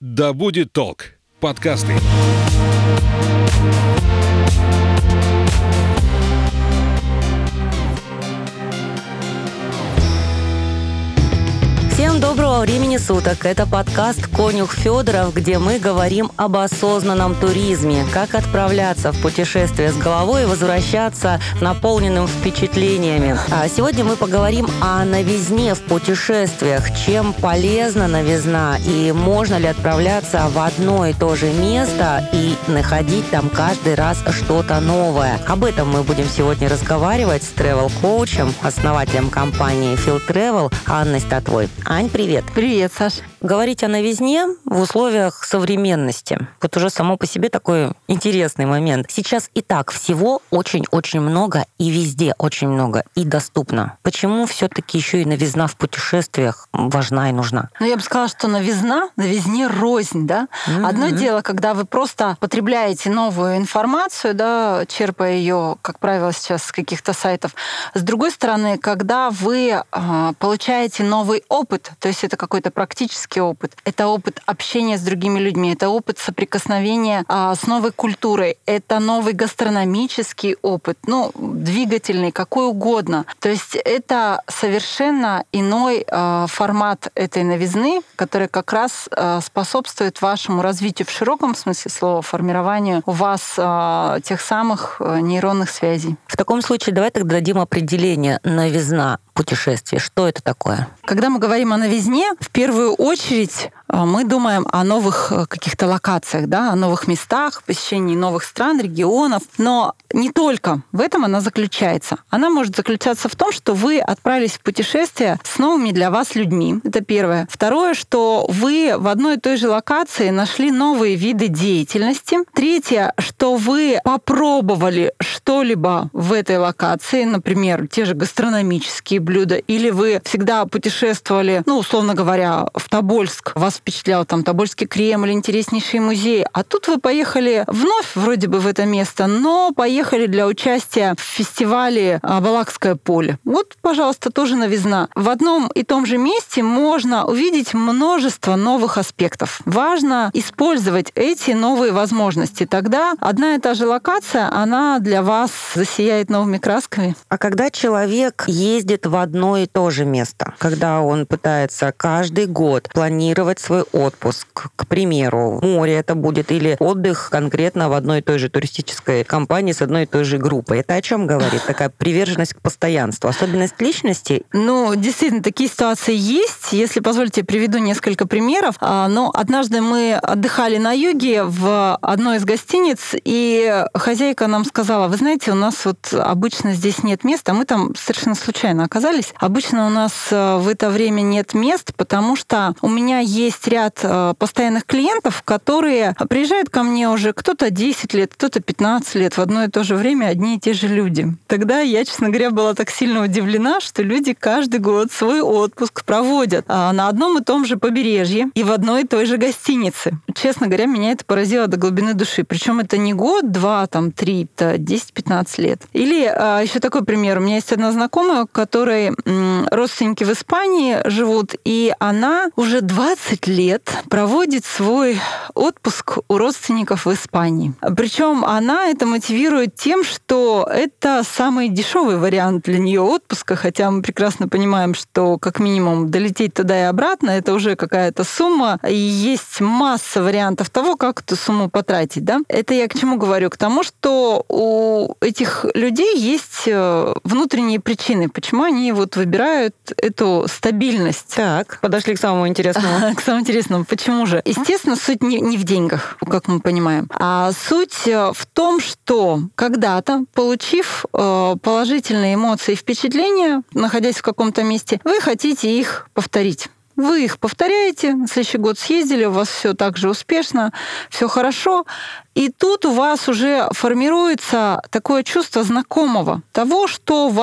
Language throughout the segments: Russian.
Да будет толк. Подкасты. Всем доброго времени суток. Это подкаст «Конюх Федоров», где мы говорим об осознанном туризме, как отправляться в путешествие с головой и возвращаться наполненным впечатлениями. А сегодня мы поговорим о новизне в путешествиях, чем полезна новизна и можно ли отправляться в одно и то же место и находить там каждый раз что-то новое. Об этом мы будем сегодня разговаривать с travel-коучем, основателем компании Field Travel Анной Статвой. Ань, привет. Привет, Саш. Говорить о новизне в условиях современности. Вот уже само по себе такой интересный момент. Сейчас и так всего очень-очень много, и везде очень много, и доступно. Почему все-таки еще и новизна в путешествиях важна и нужна? Я бы сказала, что новизне рознь, да? Одно дело, когда вы просто потребляете новую информацию, да, черпая ее, как правило, сейчас с каких-то сайтов. С другой стороны, когда вы получаете новый опыт, то есть это какой-то практический опыт, это опыт общения с другими людьми, это опыт соприкосновения с новой культурой, это новый гастрономический опыт, двигательный, какой угодно. То есть это совершенно иной формат этой новизны, который как раз способствует вашему развитию в широком смысле слова, формированию у вас тех самых нейронных связей. В таком случае давай тогда дадим определение новизна путешествия. Что это такое? Когда мы говорим о новизне, в первую очередь мы думаем о новых каких-то локациях, да, о новых местах, посещении новых стран, регионов. Но не только в этом она заключается. Она может заключаться в том, что вы отправились в путешествие с новыми для вас людьми. Это первое. Второе, что вы в одной и той же локации нашли новые виды деятельности. Третье, что вы попробовали что-либо в этой локации, например, те же гастрономические блюда, или вы всегда путешествовали, условно говоря, в Тобольск, вас впечатлял там Тобольский Кремль, интереснейший музей, а тут вы поехали вновь вроде бы в это место, но поехали для участия в фестивале Балакское поле. Вот, пожалуйста, тоже новизна. В одном и том же месте можно увидеть множество новых аспектов. Важно использовать эти новые возможности. Тогда одна и та же локация, она для вас засияет новыми красками. А когда человек ездит в одно и то же место, когда он пытается каждый год планировать свой отпуск, к примеру, море это будет, или отдых конкретно в одной и той же туристической компании с одной и той же группой, это о чем говорит? Такая приверженность к постоянству, особенность личности? Действительно, такие ситуации есть. Если позволите, приведу несколько примеров. Но однажды мы отдыхали на юге в одной из гостиниц, и хозяйка нам сказала: вы знаете, у нас вот обычно здесь нет места, мы там совершенно случайно оказались. Обычно у нас в это время нет мест, потому что у меня есть ряд постоянных клиентов, которые приезжают ко мне уже кто-то 10 лет, кто-то 15 лет, в одно и то же время одни и те же люди. Тогда я, честно говоря, была так сильно удивлена, что люди каждый год свой отпуск проводят на одном и том же побережье и в одной и той же гостинице. Честно говоря, меня это поразило до глубины души. Причем это не год, 2, 3, это 10-15 лет. Или еще такой пример. У меня есть одна знакомая, у которой родственники в Испании живут, и она уже 20 лет проводит свой отпуск у родственников в Испании. Причем она это мотивирует тем, что это самый дешевый вариант для нее отпуска, хотя мы прекрасно понимаем, что как минимум долететь туда и обратно это уже какая-то сумма, и есть масса вариантов того, как эту сумму потратить. Да? Это я к чему говорю? К тому, что у этих людей есть внутренние причины, почему они выбирают эту стабильность. Так, подошли к самому интересному. К самому интересному. Почему же? Естественно, суть не в деньгах, как мы понимаем, а суть в том, что когда-то, получив положительные эмоции и впечатления, находясь в каком-то месте, вы хотите их повторить. Вы их повторяете, на следующий год съездили, у вас все так же успешно, все хорошо. И тут у вас уже формируется такое чувство знакомого, того, что вам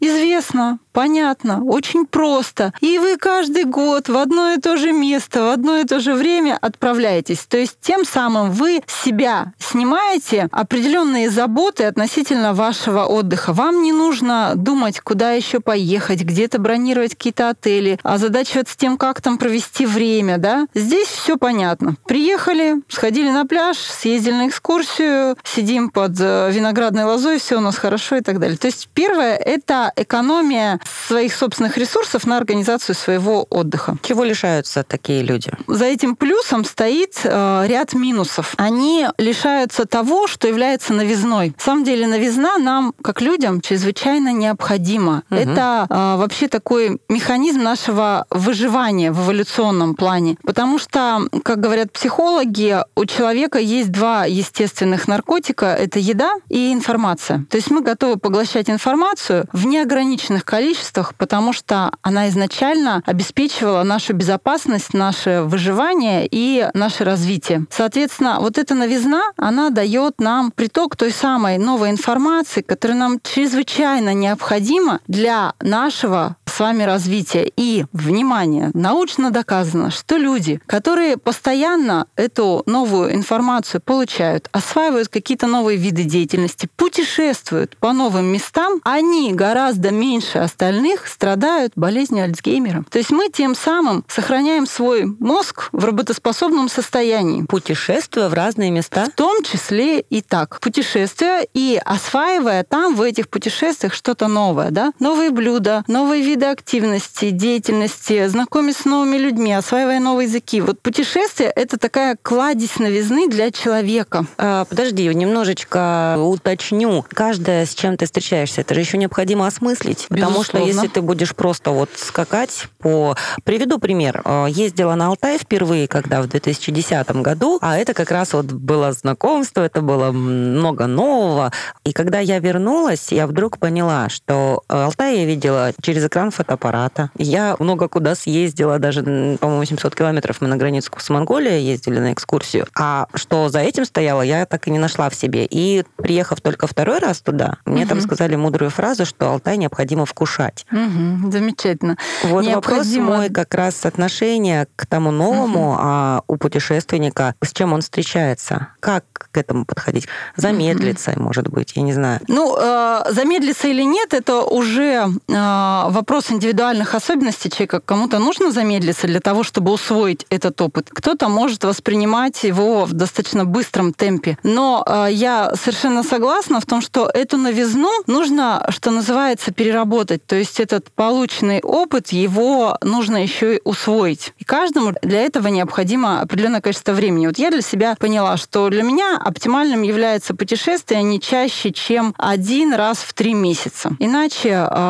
известно, понятно, очень просто. И вы каждый год в одно и то же место, в одно и то же время отправляетесь. То есть тем самым вы с себя снимаете определенные заботы относительно вашего отдыха. Вам не нужно думать, куда еще поехать, где-то бронировать какие-то отели, озадачиваться тем, как там провести время. Да? Здесь все понятно. Приехали, сходили на пляж, съездили на экскурсию, сидим под виноградной лозой, все у нас хорошо и так далее. То есть первое — это экономия своих собственных ресурсов на организацию своего отдыха. Чего лишаются такие люди? За этим плюсом стоит ряд минусов. Они лишаются того, что является новизной. На самом деле новизна нам, как людям, чрезвычайно необходима. Это вообще такой механизм нашего выживания в эволюционном плане. Потому что, как говорят психологи, у человека есть два естественных наркотика. Это еда и информация. То есть мы готовы поглощать информацию в неограниченных количествах, потому что она изначально обеспечивала нашу безопасность, наше выживание и наше развитие. Соответственно, вот эта новизна, она дает нам приток той самой новой информации, которая нам чрезвычайно необходима для нашего с вами развития. И, внимание, научно доказано, что люди, которые постоянно эту новую информацию получают, осваивают какие-то новые виды деятельности, путешествуют по новым местам, они гораздо меньше остальных страдают болезнью Альцгеймера. То есть мы тем самым сохраняем свой мозг в работоспособном состоянии. Путешествуя в разные места? В том числе и так. Путешествуя и осваивая там, в этих путешествиях, что-то новое. Да? Новые блюда, новые виды активности, деятельности, знакомясь с новыми людьми, осваивая новые языки. Вот путешествие — это такая кладезь новизны для человека. Подожди, немножечко уточню. Каждое, с чем ты встречаешься, это же еще необходимо осмыслить. Потому что если ты будешь просто вот скакать по... Приведу пример. Ездила на Алтай впервые, когда в 2010 году, а это как раз вот было знакомство, это было много нового. И когда я вернулась, я вдруг поняла, что Алтай я видела через экран фотоаппарата. Я много куда съездила, даже, по-моему, 700 километров мы на границу с Монголией ездили на экскурсию. А что за этим стояло, я так и не нашла в себе. И приехав только второй раз туда, мне там сказали мудрую фразу, что Алтай необходимо вкушать. Замечательно. Вот вопрос мой как раз отношение к тому новому, а у путешественника, с чем он встречается? Как к этому подходить? Замедлиться, может быть, я не знаю. Ну, замедлиться или нет, это уже вопрос индивидуальных особенностей человека. Кому-то нужно замедлиться для того, чтобы усвоить этот опыт. Кто-то может воспринимать его в достаточно быстром темпе. Но я совершенно согласна в том, что эту новизну нужно, что называется, переработать. То есть этот полученный опыт, его нужно еще и усвоить. И каждому для этого необходимо определенное количество времени. Вот я для себя поняла, что для меня оптимальным является путешествие не чаще, чем 1 раз в 3 месяца. Иначе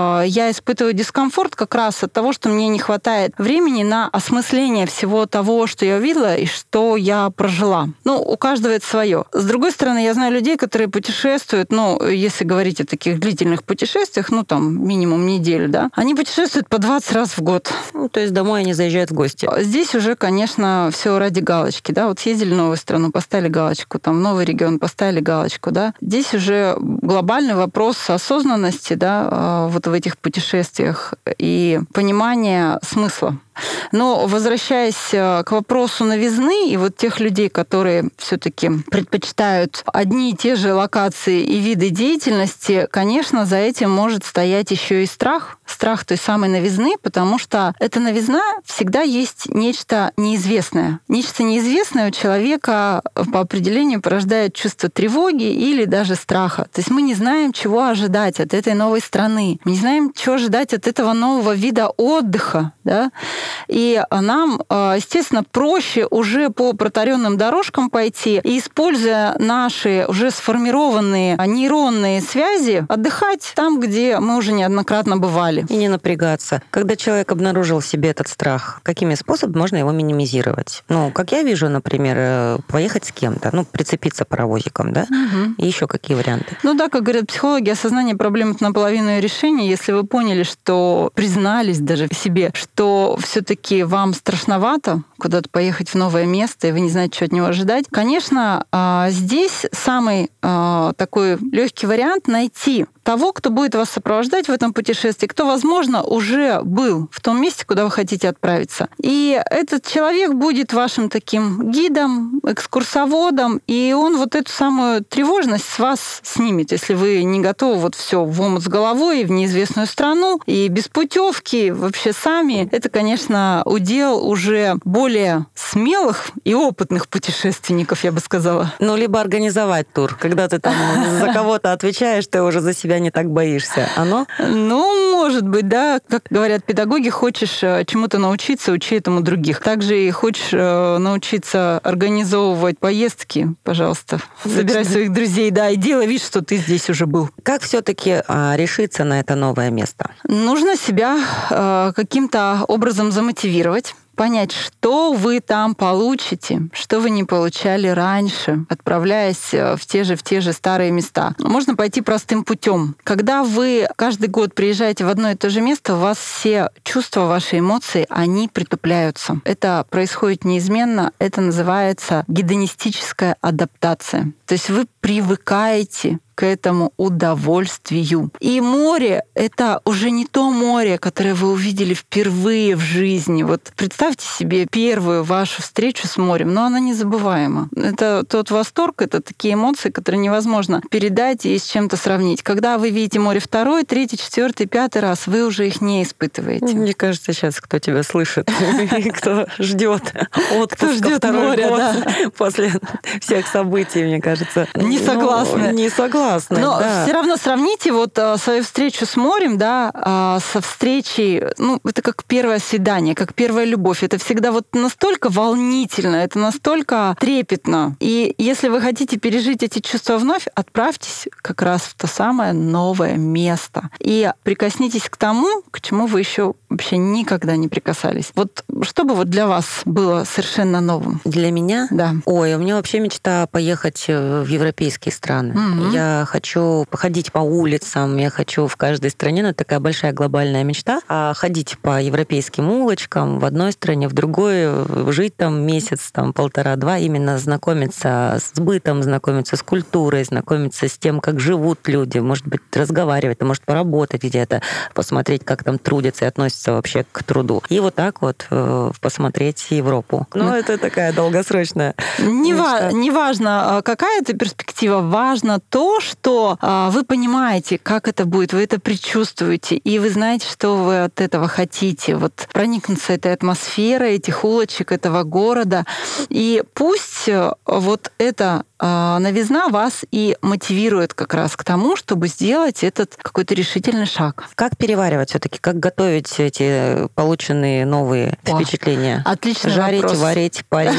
я испытываю дискомфорт как раз от того, что мне не хватает времени на осмысление всего того, что я увидела и что я прожила. Ну, у каждого это свое. С другой стороны, я знаю людей, которые путешествуют, ну, если говорить о таких длительных путешествиях, ну, там, минимум неделю, да, они путешествуют по 20 раз в год. Ну, то есть домой они заезжают в гости. Здесь уже, конечно, все ради галочки, да, вот съездили в новую страну, поставили галочку, там, в новый регион поставили галочку, да. Здесь уже глобальный вопрос осознанности, да, вот в этих путешествиях и понимания смысла. Но возвращаясь к вопросу новизны и вот тех людей, которые все-таки предпочитают одни и те же локации и виды деятельности, конечно, за этим может стоять еще и страх. Страх той самой новизны, потому что эта новизна всегда есть нечто неизвестное. Нечто неизвестное у человека по определению порождает чувство тревоги или даже страха. То есть мы не знаем, чего ожидать от этой новой страны. Мы не знаем, чего ожидать от этого нового вида отдыха. Да? И нам, естественно, проще уже по протаренным дорожкам пойти и, используя наши уже сформированные нейронные связи, отдыхать там, где мы уже неоднократно бывали. И не напрягаться. Когда человек обнаружил в себе этот страх, какими способами можно его минимизировать? Ну, как я вижу, например, поехать с кем-то, ну, прицепиться паровозиком, да? И еще какие варианты? Ну да, как говорят психологи, осознание проблем — это наполовину ее решение. Если вы поняли, что признались даже в себе, что все-таки вам страшновато куда-то поехать в новое место, и вы не знаете, что от него ожидать, конечно, здесь самый такой легкий вариант — найти того, кто будет вас сопровождать в этом путешествии, кто, возможно, уже был в том месте, куда вы хотите отправиться. И этот человек будет вашим таким гидом, экскурсоводом, и он вот эту самую тревожность с вас снимет, если вы не готовы вот все в омут с головой, в неизвестную страну, и без путевки, вообще сами. Это, конечно, удел уже более смелых и опытных путешественников, я бы сказала. Ну, либо организовать тур. Когда ты там за кого-то отвечаешь, ты уже за себя не так боишься. Оно? Ну, может быть, да. Как говорят педагоги, хочешь чему-то научиться, учи этому других. Также и хочешь научиться организовывать поездки, пожалуйста, собирай своих друзей, да, и делай вид, что ты здесь уже был. Как все-таки решиться на это новое место? Нужно себя каким-то образом замотивировать, понять, что вы там получите, что вы не получали раньше, отправляясь в те же старые места. Можно пойти простым путем. Когда вы каждый год приезжаете в одно и то же место, у вас все чувства, ваши эмоции, они притупляются. Это происходит неизменно. Это называется гедонистическая адаптация. То есть вы привыкаете к этому удовольствию. И море — это уже не то море, которое вы увидели впервые в жизни. Вот представьте себе первую вашу встречу с морем, но она незабываема. Это тот восторг, это такие эмоции, которые невозможно передать и с чем-то сравнить. Когда вы видите море второй, третий, четвертый, пятый раз, вы уже их не испытываете. Мне кажется, сейчас кто тебя слышит, кто ждет отпуска второй год после всех событий, мне кажется. Не согласны. Не согласны. Но все равно сравните вот свою встречу с морем, да, со встречей, это как первое свидание, как первая любовь. Это всегда вот настолько волнительно, это настолько трепетно. И если вы хотите пережить эти чувства вновь, отправьтесь как раз в то самое новое место. И прикоснитесь к тому, к чему вы еще вообще никогда не прикасались. Вот что бы вот для вас было совершенно новым? Для меня? Да. Ой, у меня вообще мечта поехать в европейские страны. Mm-hmm. Я хочу походить по улицам, я хочу в каждой стране, это такая большая глобальная мечта, ходить по европейским улочкам в одной стране, в другой, жить там месяц, там полтора-два, именно знакомиться с бытом, знакомиться с культурой, знакомиться с тем, как живут люди, может быть, разговаривать, может, поработать где-то, посмотреть, как там трудятся и относятся вообще к труду. И вот так вот посмотреть Европу. Ну, это такая долгосрочная мечта. Неважно, какая это перспектива, важно то, что вы понимаете, как это будет, вы это предчувствуете, и вы знаете, что вы от этого хотите. Вот проникнуться этой атмосферой, этих улочек, этого города. И пусть вот эта новизна вас и мотивирует как раз к тому, чтобы сделать этот какой-то решительный шаг. Как переваривать все-таки, как готовить эти полученные новые впечатления? Отличный жарить, вопрос. Варить, парить,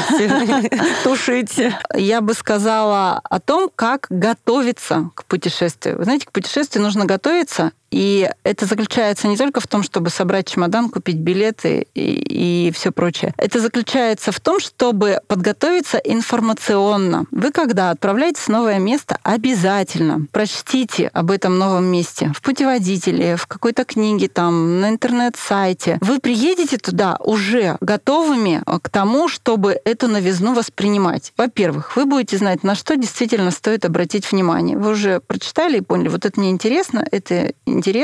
тушить. Я бы сказала о том, как готовиться к путешествию. Вы знаете, к путешествию нужно готовиться, и это заключается не только в том, чтобы собрать чемодан, купить билеты и все прочее. Это заключается в том, чтобы подготовиться информационно. Вы, когда отправляетесь в новое место, обязательно прочтите об этом новом месте в путеводителе, в какой-то книге, там, на интернет-сайте. Вы приедете туда уже готовыми к тому, чтобы эту новизну воспринимать. Во-первых, вы будете знать, на что действительно стоит обратить внимание. Вы уже прочитали и поняли, вот это мне интересно, это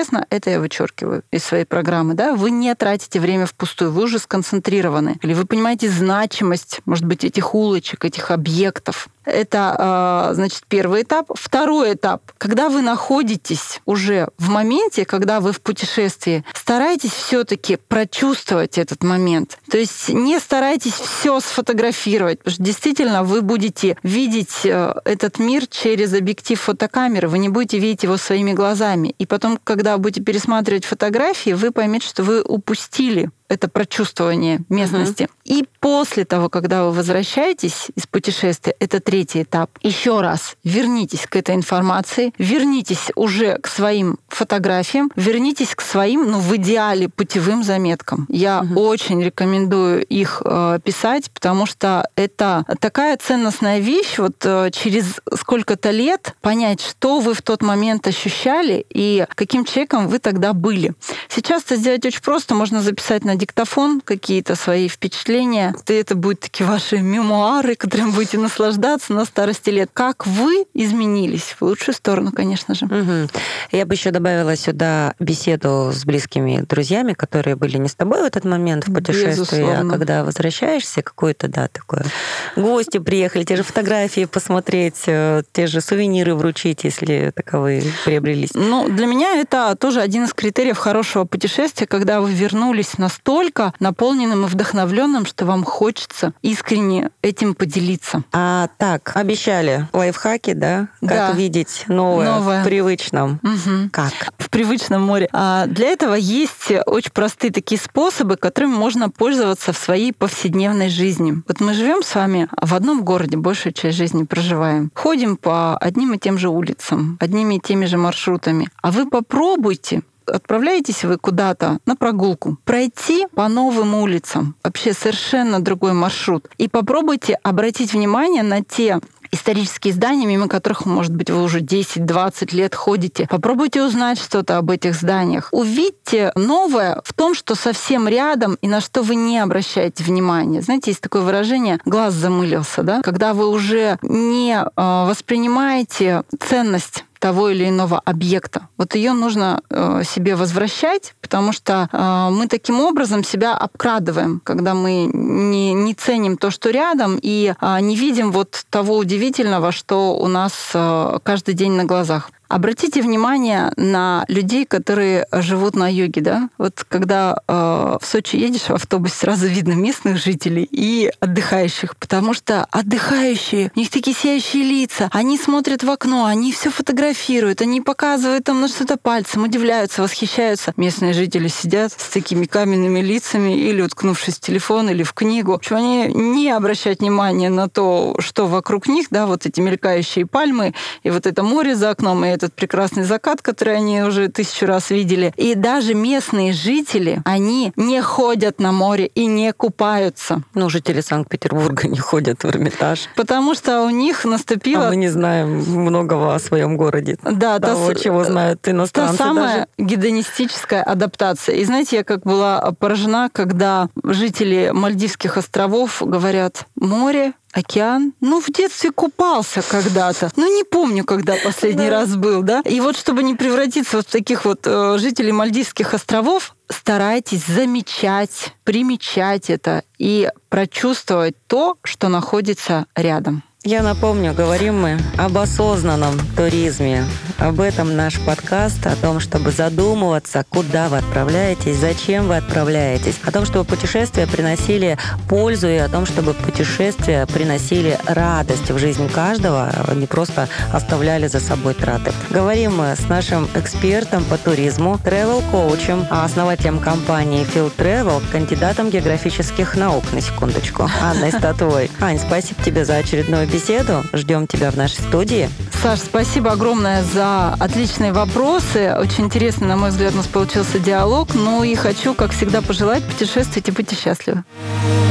я вычеркиваю из своей программы. Да? Вы не тратите время впустую, вы уже сконцентрированы. Или вы понимаете значимость, может быть, этих улочек, этих объектов. Это, значит, первый этап. Второй этап. Когда вы находитесь уже в моменте, когда вы в путешествии, старайтесь все-таки прочувствовать этот момент. То есть не старайтесь все сфотографировать, потому что действительно вы будете видеть этот мир через объектив фотокамеры, вы не будете видеть его своими глазами. И потом, когда будете пересматривать фотографии, вы поймете, что вы упустили это прочувствование местности. И после того, когда вы возвращаетесь из путешествия, это третий этап, еще раз вернитесь к этой информации, вернитесь уже к своим фотографиям, вернитесь к своим, в идеале, путевым заметкам. Я очень рекомендую их писать, потому что это такая ценностная вещь, вот через сколько-то лет понять, что вы в тот момент ощущали и каким человеком вы тогда были. Сейчас это сделать очень просто, можно записать на диктофон какие-то свои впечатления. И это будут такие ваши мемуары, которыми будете наслаждаться на старости лет. Как вы изменились в лучшую сторону, конечно же. Угу. Я бы еще добавила сюда беседу с близкими друзьями, которые были не с тобой в этот момент в путешествии, а когда возвращаешься, какой-то, такое. Гости приехали, те же фотографии посмотреть, те же сувениры вручить, если таковые приобрелись. Для меня это тоже один из критериев хорошего путешествия, когда вы вернулись настолько наполненным и вдохновленным, что вам хочется искренне этим поделиться. Так, обещали лайфхаки, да? Как видеть новое в привычном. Угу. Как? В привычном море. Для этого есть очень простые такие способы, которыми можно пользоваться в своей повседневной жизни. Вот мы живем с вами в одном городе, большую часть жизни проживаем. Ходим по одним и тем же улицам, одними и теми же маршрутами. А вы попробуйте, отправляетесь вы куда-то на прогулку, пройти по новым улицам, вообще совершенно другой маршрут, и попробуйте обратить внимание на те исторические здания, мимо которых, может быть, вы уже 10-20 лет ходите. Попробуйте узнать что-то об этих зданиях. Увидьте новое в том, что совсем рядом и на что вы не обращаете внимания. Знаете, есть такое выражение «глаз замылился», да? Когда вы уже не воспринимаете ценность того или иного объекта. Вот ее нужно себе возвращать, потому что мы таким образом себя обкрадываем, когда мы не ценим то, что рядом, и не видим вот того удивительного, что у нас каждый день на глазах. Обратите внимание на людей, которые живут на юге, да? Вот когда в Сочи едешь в автобусе, сразу видно местных жителей и отдыхающих, потому что отдыхающие, у них такие сияющие лица, они смотрят в окно, они все фотографируют, они показывают там на что-то пальцем, удивляются, восхищаются. Местные жители сидят с такими каменными лицами или уткнувшись в телефон или в книгу. В общем, они не обращают внимания на то, что вокруг них, да, вот эти мелькающие пальмы и вот это море за окном, и этот прекрасный закат, который они уже 1000 раз видели. И даже местные жители, они не ходят на море и не купаются. Жители Санкт-Петербурга не ходят в Эрмитаж. Потому что у них наступило... мы не знаем многого о своем городе. Да, того, чего знают иностранцы. Та самая гедонистическая адаптация. И знаете, я как была поражена, когда жители Мальдивских островов говорят: море, океан. В детстве купался когда-то. Не помню, когда последний раз был, да? И вот чтобы не превратиться вот в таких вот жителей Мальдивских островов, старайтесь замечать, примечать это и прочувствовать то, что находится рядом. Я напомню, говорим мы об осознанном туризме. Об этом наш подкаст, о том, чтобы задумываться, куда вы отправляетесь, зачем вы отправляетесь, о том, чтобы путешествия приносили пользу и о том, чтобы путешествия приносили радость в жизнь каждого, а не просто оставляли за собой траты. Говорим мы с нашим экспертом по туризму, travel-коучем, основателем компании Field Travel, кандидатом географических наук, на секундочку, Анной Статовой. Ань, спасибо тебе за очередную беседу. Ждем тебя в нашей студии. Саш, спасибо огромное за отличные вопросы. Очень интересно, на мой взгляд, у нас получился диалог. И хочу, как всегда, пожелать: путешествуйте, будьте счастливы.